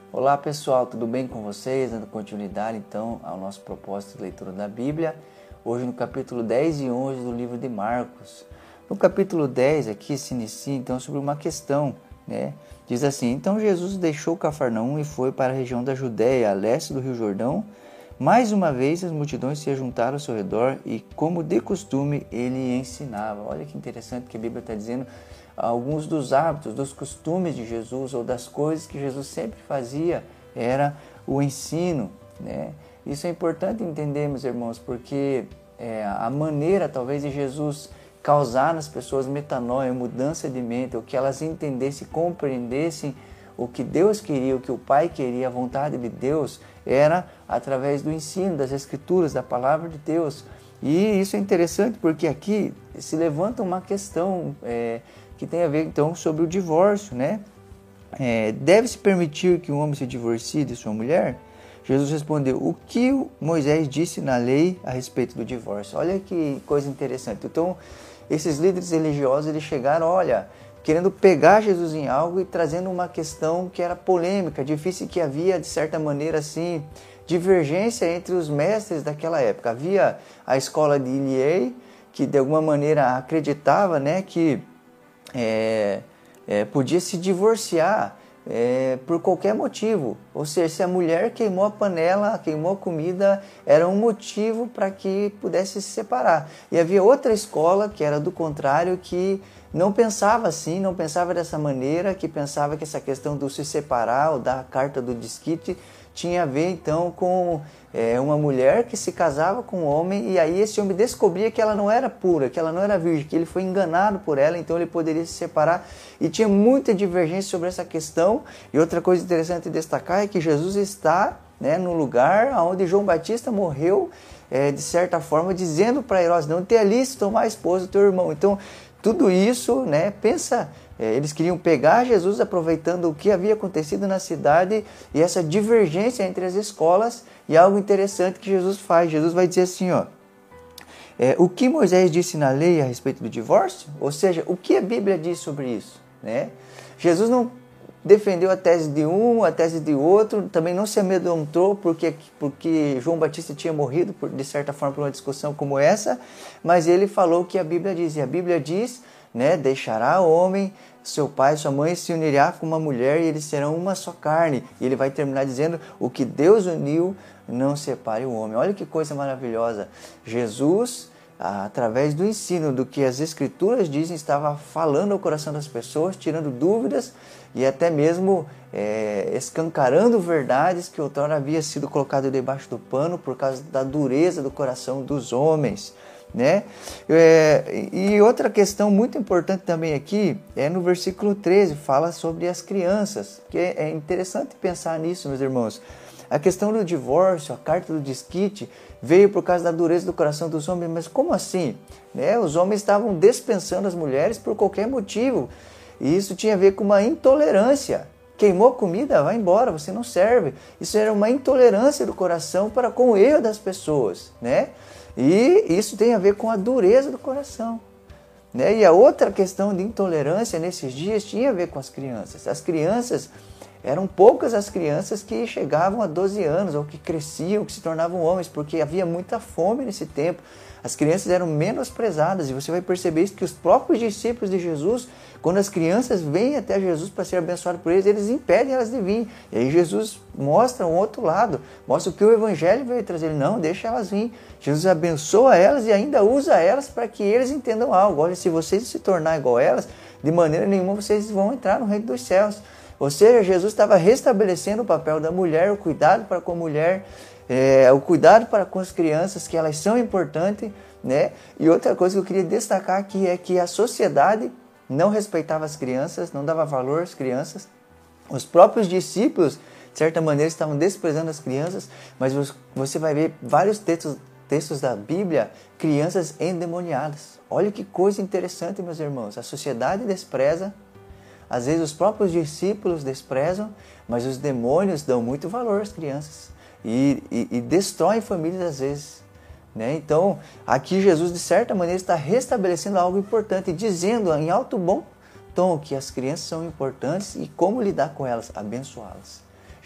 Olá pessoal, tudo bem com vocês? Dando continuidade então ao nosso propósito de leitura da Bíblia, hoje no capítulo 10 e 11 do livro de Marcos. No capítulo 10 aqui se inicia então sobre uma questão, Diz assim: então Jesus deixou Cafarnaum e foi para a região da Judéia, a leste do Rio Jordão. Mais uma vez as multidões se juntaram ao seu redor e, como de costume, ele ensinava. Olha que interessante que a Bíblia está dizendo alguns dos hábitos, dos costumes de Jesus ou das coisas que Jesus sempre fazia, era o ensino, Isso é importante entendermos, irmãos, porque a maneira talvez de Jesus causar nas pessoas metanoia, mudança de mente, ou que elas entendessem, compreendessem o que Deus queria, o que o Pai queria, a vontade de Deus, era através do ensino, das Escrituras, da Palavra de Deus. E isso é interessante porque aqui se levanta uma questão que tem a ver então sobre o divórcio, Deve-se permitir que um homem se divorcie de sua mulher? Jesus respondeu: o que Moisés disse na lei a respeito do divórcio? Olha que coisa interessante. Então, esses líderes religiosos, eles chegaram, querendo pegar Jesus em algo e trazendo uma questão que era polêmica, difícil, que havia, de certa maneira, assim, divergência entre os mestres daquela época. Havia a escola de Iliei, que de alguma maneira acreditava, que podia se divorciar por qualquer motivo. Ou seja, se a mulher queimou a panela, queimou a comida, era um motivo para que pudesse se separar. E havia outra escola, que era do contrário, que não pensava assim, não pensava dessa maneira, que pensava que essa questão do se separar ou da carta do desquite tinha a ver então com uma mulher que se casava com um homem, e aí esse homem descobria que ela não era pura, que ela não era virgem, que ele foi enganado por ela, então ele poderia se separar. E tinha muita divergência sobre essa questão. E outra coisa interessante de destacar é que Jesus está no lugar onde João Batista morreu, de certa forma, dizendo para Herodes: não te alistes tomar a esposa do teu irmão. Então tudo isso, pensa, eles queriam pegar Jesus aproveitando o que havia acontecido na cidade e essa divergência entre as escolas. E algo interessante que Jesus faz, Jesus vai dizer assim, o que Moisés disse na lei a respeito do divórcio? Ou seja, o que a Bíblia diz sobre isso? Jesus não defendeu a tese de um, a tese de outro, também não se amedrontou porque João Batista tinha morrido, de certa forma, por uma discussão como essa, mas ele falou o que a Bíblia diz. E a Bíblia diz, deixará o homem, seu pai e sua mãe, se unirá com uma mulher e eles serão uma só carne. E ele vai terminar dizendo: o que Deus uniu, não separe o homem. Olha que coisa maravilhosa. Jesus, através do ensino do que as Escrituras dizem, estava falando ao coração das pessoas, tirando dúvidas e até mesmo escancarando verdades que outrora havia sido colocado debaixo do pano por causa da dureza do coração dos homens. E outra questão muito importante também aqui no versículo 13, fala sobre as crianças, que é interessante pensar nisso, meus irmãos. A questão do divórcio, a carta do desquite, veio por causa da dureza do coração dos homens. Mas como assim? Os homens estavam dispensando as mulheres por qualquer motivo. E isso tinha a ver com uma intolerância. Queimou comida, vai embora, você não serve. Isso era uma intolerância do coração para com o erro das pessoas. E isso tem a ver com a dureza do coração. E a outra questão de intolerância nesses dias tinha a ver com as crianças. As crianças, eram poucas as crianças que chegavam a 12 anos, ou que cresciam, que se tornavam homens, porque havia muita fome nesse tempo. As crianças eram menosprezadas, e você vai perceber isso, que os próprios discípulos de Jesus, quando as crianças vêm até Jesus para ser abençoados por eles impedem elas de vir. E aí Jesus mostra um outro lado, mostra o que o Evangelho veio trazer. Não, deixa elas vir. Jesus abençoa elas e ainda usa elas para que eles entendam algo. Olha, se vocês se tornar igual a elas, de maneira nenhuma vocês vão entrar no reino dos céus. Ou seja, Jesus estava restabelecendo o papel da mulher, o cuidado para com a mulher, o cuidado para com as crianças, que elas são importantes. E outra coisa que eu queria destacar aqui é que a sociedade não respeitava as crianças, não dava valor às crianças. Os próprios discípulos, de certa maneira, estavam desprezando as crianças, mas você vai ver vários textos da Bíblia, crianças endemoniadas. Olha que coisa interessante, meus irmãos. A sociedade despreza, às vezes os próprios discípulos desprezam, mas os demônios dão muito valor às crianças e destroem famílias às vezes. Então, aqui Jesus, de certa maneira, está restabelecendo algo importante, dizendo em alto bom tom que as crianças são importantes e como lidar com elas, abençoá-las.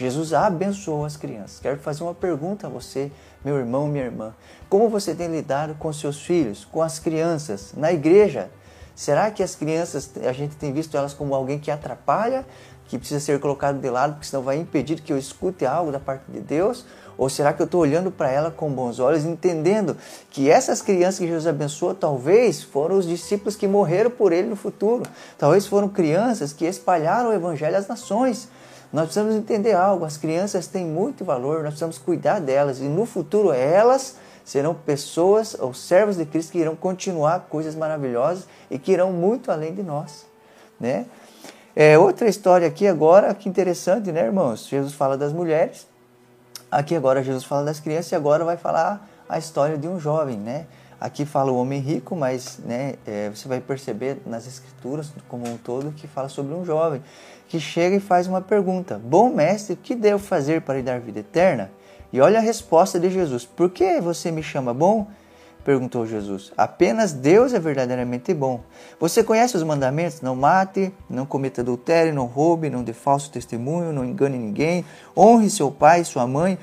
Jesus abençoou as crianças. Quero fazer uma pergunta a você, meu irmão, minha irmã. Como você tem lidado com seus filhos, com as crianças, na igreja? Será que as crianças, a gente tem visto elas como alguém que atrapalha, que precisa ser colocado de lado, porque senão vai impedir que eu escute algo da parte de Deus? Ou será que eu estou olhando para ela com bons olhos, entendendo que essas crianças que Jesus abençoou, talvez foram os discípulos que morreram por ele no futuro. Talvez foram crianças que espalharam o evangelho às nações. Nós precisamos entender algo, as crianças têm muito valor, nós precisamos cuidar delas. E no futuro elas serão pessoas ou servos de Cristo que irão continuar coisas maravilhosas e que irão muito além de nós, né? Outra história aqui agora, que interessante, né, irmãos? Jesus fala das mulheres, aqui agora Jesus fala das crianças e agora vai falar a história de um jovem, né? Aqui fala o homem rico, mas né, você vai perceber nas escrituras como um todo que fala sobre um jovem que chega e faz uma pergunta: bom mestre, o que devo fazer para lhe dar vida eterna? E olha a resposta de Jesus: por que você me chama bom? Perguntou Jesus. Apenas Deus é verdadeiramente bom. Você conhece os mandamentos? Não mate, não cometa adultério, não roube, não dê falso testemunho, não engane ninguém, honre seu pai e sua mãe.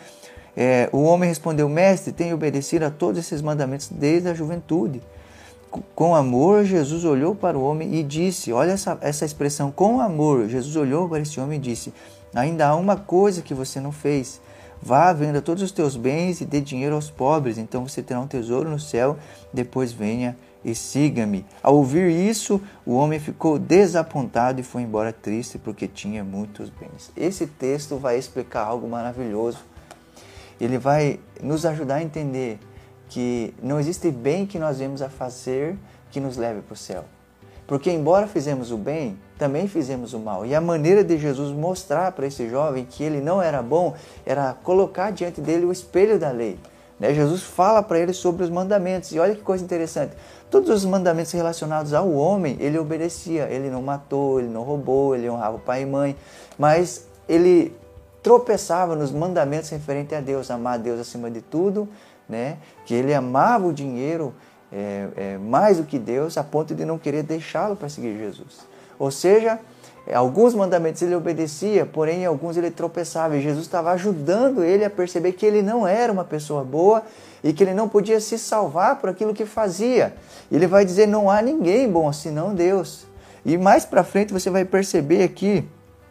O homem respondeu: mestre, tenho obedecido a todos esses mandamentos desde a juventude. Com amor, Jesus olhou para o homem e disse, olha essa expressão, com amor, Jesus olhou para esse homem e disse: ainda há uma coisa que você não fez. Vá, venda todos os teus bens e dê dinheiro aos pobres, então você terá um tesouro no céu, depois venha e siga-me. Ao ouvir isso, o homem ficou desapontado e foi embora triste porque tinha muitos bens. Esse texto vai explicar algo maravilhoso. Ele vai nos ajudar a entender que não existe bem que nós vemos a fazer que nos leve para o céu. Porque embora fizemos o bem, também fizemos o mal. E a maneira de Jesus mostrar para esse jovem que ele não era bom, era colocar diante dele o espelho da lei. Jesus fala para ele sobre os mandamentos. E olha que coisa interessante. Todos os mandamentos relacionados ao homem, ele obedecia. Ele não matou, ele não roubou, ele honrava o pai e mãe. Mas ele tropeçava nos mandamentos referentes a Deus. Amar a Deus acima de tudo, né? Que ele amava o dinheiro mais do que Deus, a ponto de não querer deixá-lo para seguir Jesus. Ou seja, alguns mandamentos ele obedecia, porém em alguns ele tropeçava. E Jesus estava ajudando ele a perceber que ele não era uma pessoa boa e que ele não podia se salvar por aquilo que fazia. Ele vai dizer: não há ninguém bom senão Deus. E mais para frente você vai perceber aqui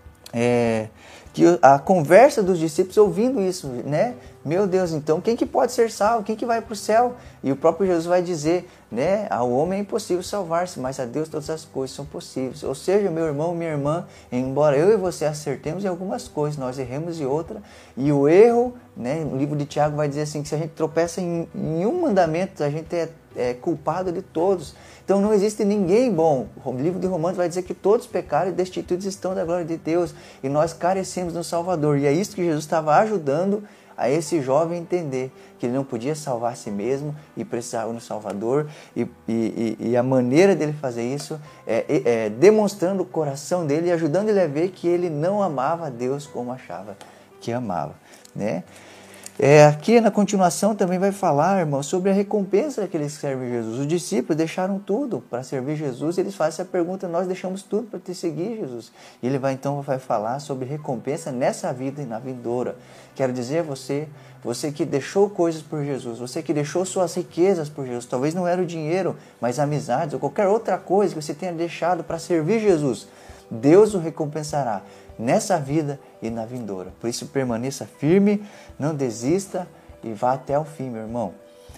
que a conversa dos discípulos ouvindo isso, né? Meu Deus, então quem que pode ser salvo? Quem que vai para o céu? E o próprio Jesus vai dizer, né? Ao homem é impossível salvar-se, mas a Deus todas as coisas são possíveis. Ou seja, meu irmão, minha irmã, embora eu e você acertemos em algumas coisas, nós erremos em outra. E o erro, né? No livro de Tiago vai dizer assim, que se a gente tropeça em um mandamento, a gente é culpado de todos. Então não existe ninguém bom. O livro de Romanos vai dizer que todos pecaram e destituídos estão da glória de Deus. E nós carecemos do Salvador. E é isso que Jesus estava ajudando a esse jovem entender, que ele não podia salvar a si mesmo e precisava do Salvador. E a maneira dele fazer isso é demonstrando o coração dele e ajudando ele a ver que ele não amava a Deus como achava que amava, né? Aqui na continuação também vai falar, irmão, sobre a recompensa daqueles que servem Jesus. Os discípulos deixaram tudo para servir Jesus e eles fazem essa pergunta: nós deixamos tudo para te seguir, Jesus. E ele vai falar sobre recompensa nessa vida e na vindoura. Quero dizer a você que deixou coisas por Jesus, você que deixou suas riquezas por Jesus, talvez não era o dinheiro, mas amizades ou qualquer outra coisa que você tenha deixado para servir Jesus, Deus o recompensará nessa vida e na vindoura. Por isso permaneça firme, não desista e vá até o fim, meu irmão.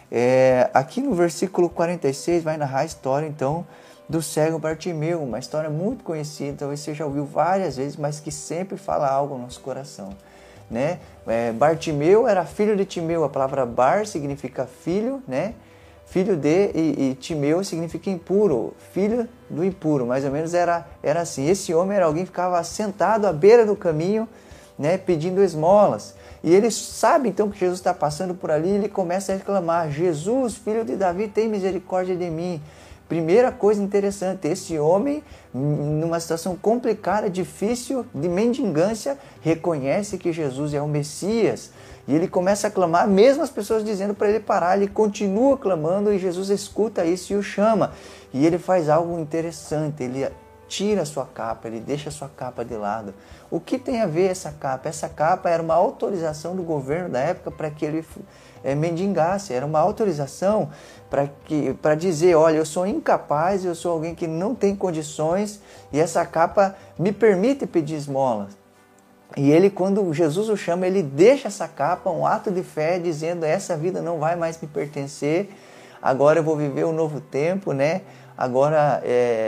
Aqui no versículo 46 vai narrar a história então do cego Bartimeu, uma história muito conhecida, talvez você já ouviu várias vezes, mas que sempre fala algo no nosso coração, né? Bartimeu era filho de Timeu, a palavra bar significa filho, né? Filho de, e Timeu significa impuro, filho do impuro, mais ou menos era assim. Esse homem era alguém que ficava sentado à beira do caminho, né, pedindo esmolas. E ele sabe então que Jesus está passando por ali e ele começa a reclamar: Jesus, filho de Davi, tem misericórdia de mim. Primeira coisa interessante, esse homem, numa situação complicada, difícil, de mendigância, reconhece que Jesus é o Messias. E ele começa a clamar, mesmo as pessoas dizendo para ele parar, ele continua clamando e Jesus escuta isso e o chama. E ele faz algo interessante, ele tira a sua capa, ele deixa a sua capa de lado. O que tem a ver essa capa? Essa capa era uma autorização do governo da época para que ele mendigasse, era uma autorização para dizer, olha, eu sou incapaz, eu sou alguém que não tem condições e essa capa me permite pedir esmolas. E ele, quando Jesus o chama, ele deixa essa capa, um ato de fé, dizendo, essa vida não vai mais me pertencer, agora eu vou viver um novo tempo, né? Agora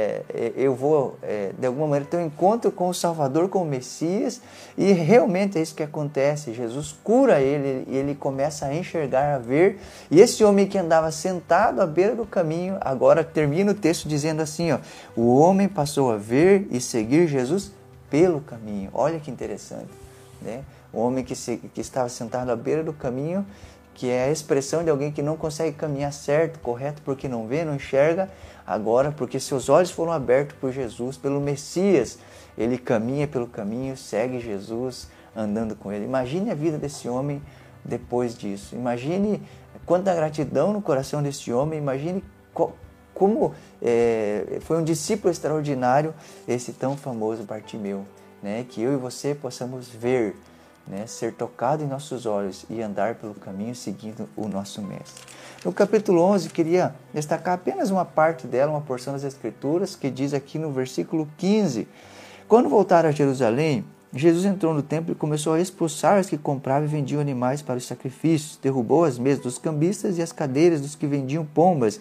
eu vou, de alguma maneira, ter um encontro com o Salvador, com o Messias, e realmente é isso que acontece. Jesus cura ele e ele começa a enxergar, a ver, e esse homem que andava sentado à beira do caminho, agora termina o texto dizendo assim, ó, o homem passou a ver e seguir Jesus pelo caminho. Olha que interessante, né? O homem que estava sentado à beira do caminho, que é a expressão de alguém que não consegue caminhar certo, correto, porque não vê, não enxerga, agora, porque seus olhos foram abertos por Jesus, pelo Messias, ele caminha pelo caminho, segue Jesus, andando com ele. Imagine a vida desse homem depois disso. Imagine quanta gratidão no coração desse homem, imagine como foi um discípulo extraordinário esse tão famoso Bartimeu, né? Que eu e você possamos ver, né? Ser tocado em nossos olhos e andar pelo caminho seguindo o nosso Mestre. No capítulo 11, queria destacar apenas uma parte dela, uma porção das Escrituras, que diz aqui no versículo 15, quando voltaram a Jerusalém, Jesus entrou no templo e começou a expulsar os que compravam e vendiam animais para os sacrifícios, derrubou as mesas dos cambistas e as cadeiras dos que vendiam pombas,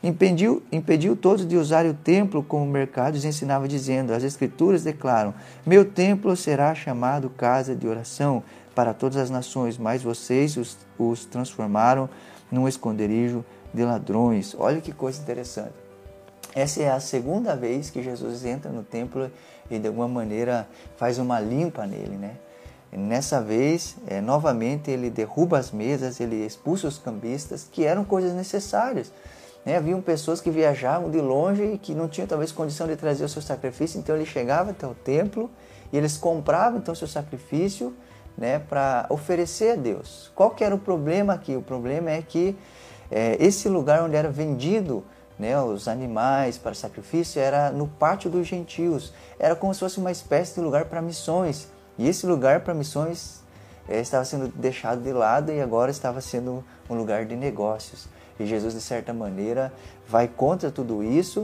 impediu todos de usarem o templo como mercado e ensinava dizendo, as Escrituras declaram, meu templo será chamado casa de oração para todas as nações, mas vocês os transformaram num esconderijo de ladrões. Olha que coisa interessante. Essa é a segunda vez que Jesus entra no templo e de alguma maneira faz uma limpa nele, né? E nessa vez, novamente, ele derruba as mesas, ele expulsa os cambistas, que eram coisas necessárias. Né? Haviam pessoas que viajavam de longe e que não tinham talvez condição de trazer o seu sacrifício, então ele chegava até o templo e eles compravam então o seu sacrifício, né, para oferecer a Deus. Qual que era o problema aqui? O problema é que esse lugar onde era vendido, né, os animais para sacrifício era no pátio dos gentios. Era como se fosse uma espécie de lugar para missões. E esse lugar para missões estava sendo deixado de lado e agora estava sendo um lugar de negócios. E Jesus, de certa maneira, vai contra tudo isso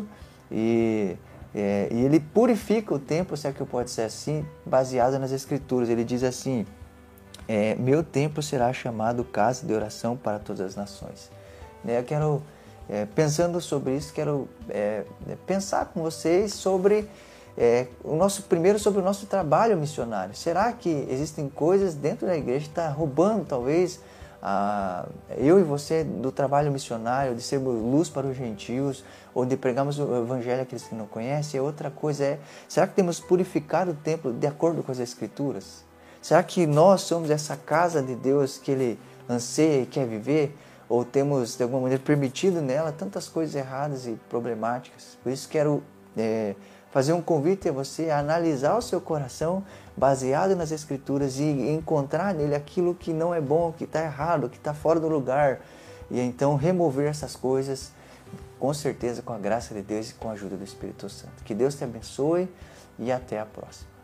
e ele purifica o templo, se é que pode ser assim, baseado nas Escrituras. Ele diz assim, meu templo será chamado casa de oração para todas as nações. Eu quero, pensando sobre isso, quero pensar com vocês sobre sobre o nosso trabalho missionário. Será que existem coisas dentro da igreja que está roubando, talvez, eu e você do trabalho missionário, de sermos luz para os gentios, ou de pregarmos o evangelho àqueles que não conhecem? Outra coisa será que temos purificado o templo de acordo com as Escrituras? Será que nós somos essa casa de Deus que Ele anseia e quer viver? Ou temos, de alguma maneira, permitido nela tantas coisas erradas e problemáticas? Por isso quero fazer um convite a você a analisar o seu coração baseado nas Escrituras e encontrar nele aquilo que não é bom, que está errado, que está fora do lugar. E então remover essas coisas, com certeza, com a graça de Deus e com a ajuda do Espírito Santo. Que Deus te abençoe e até a próxima.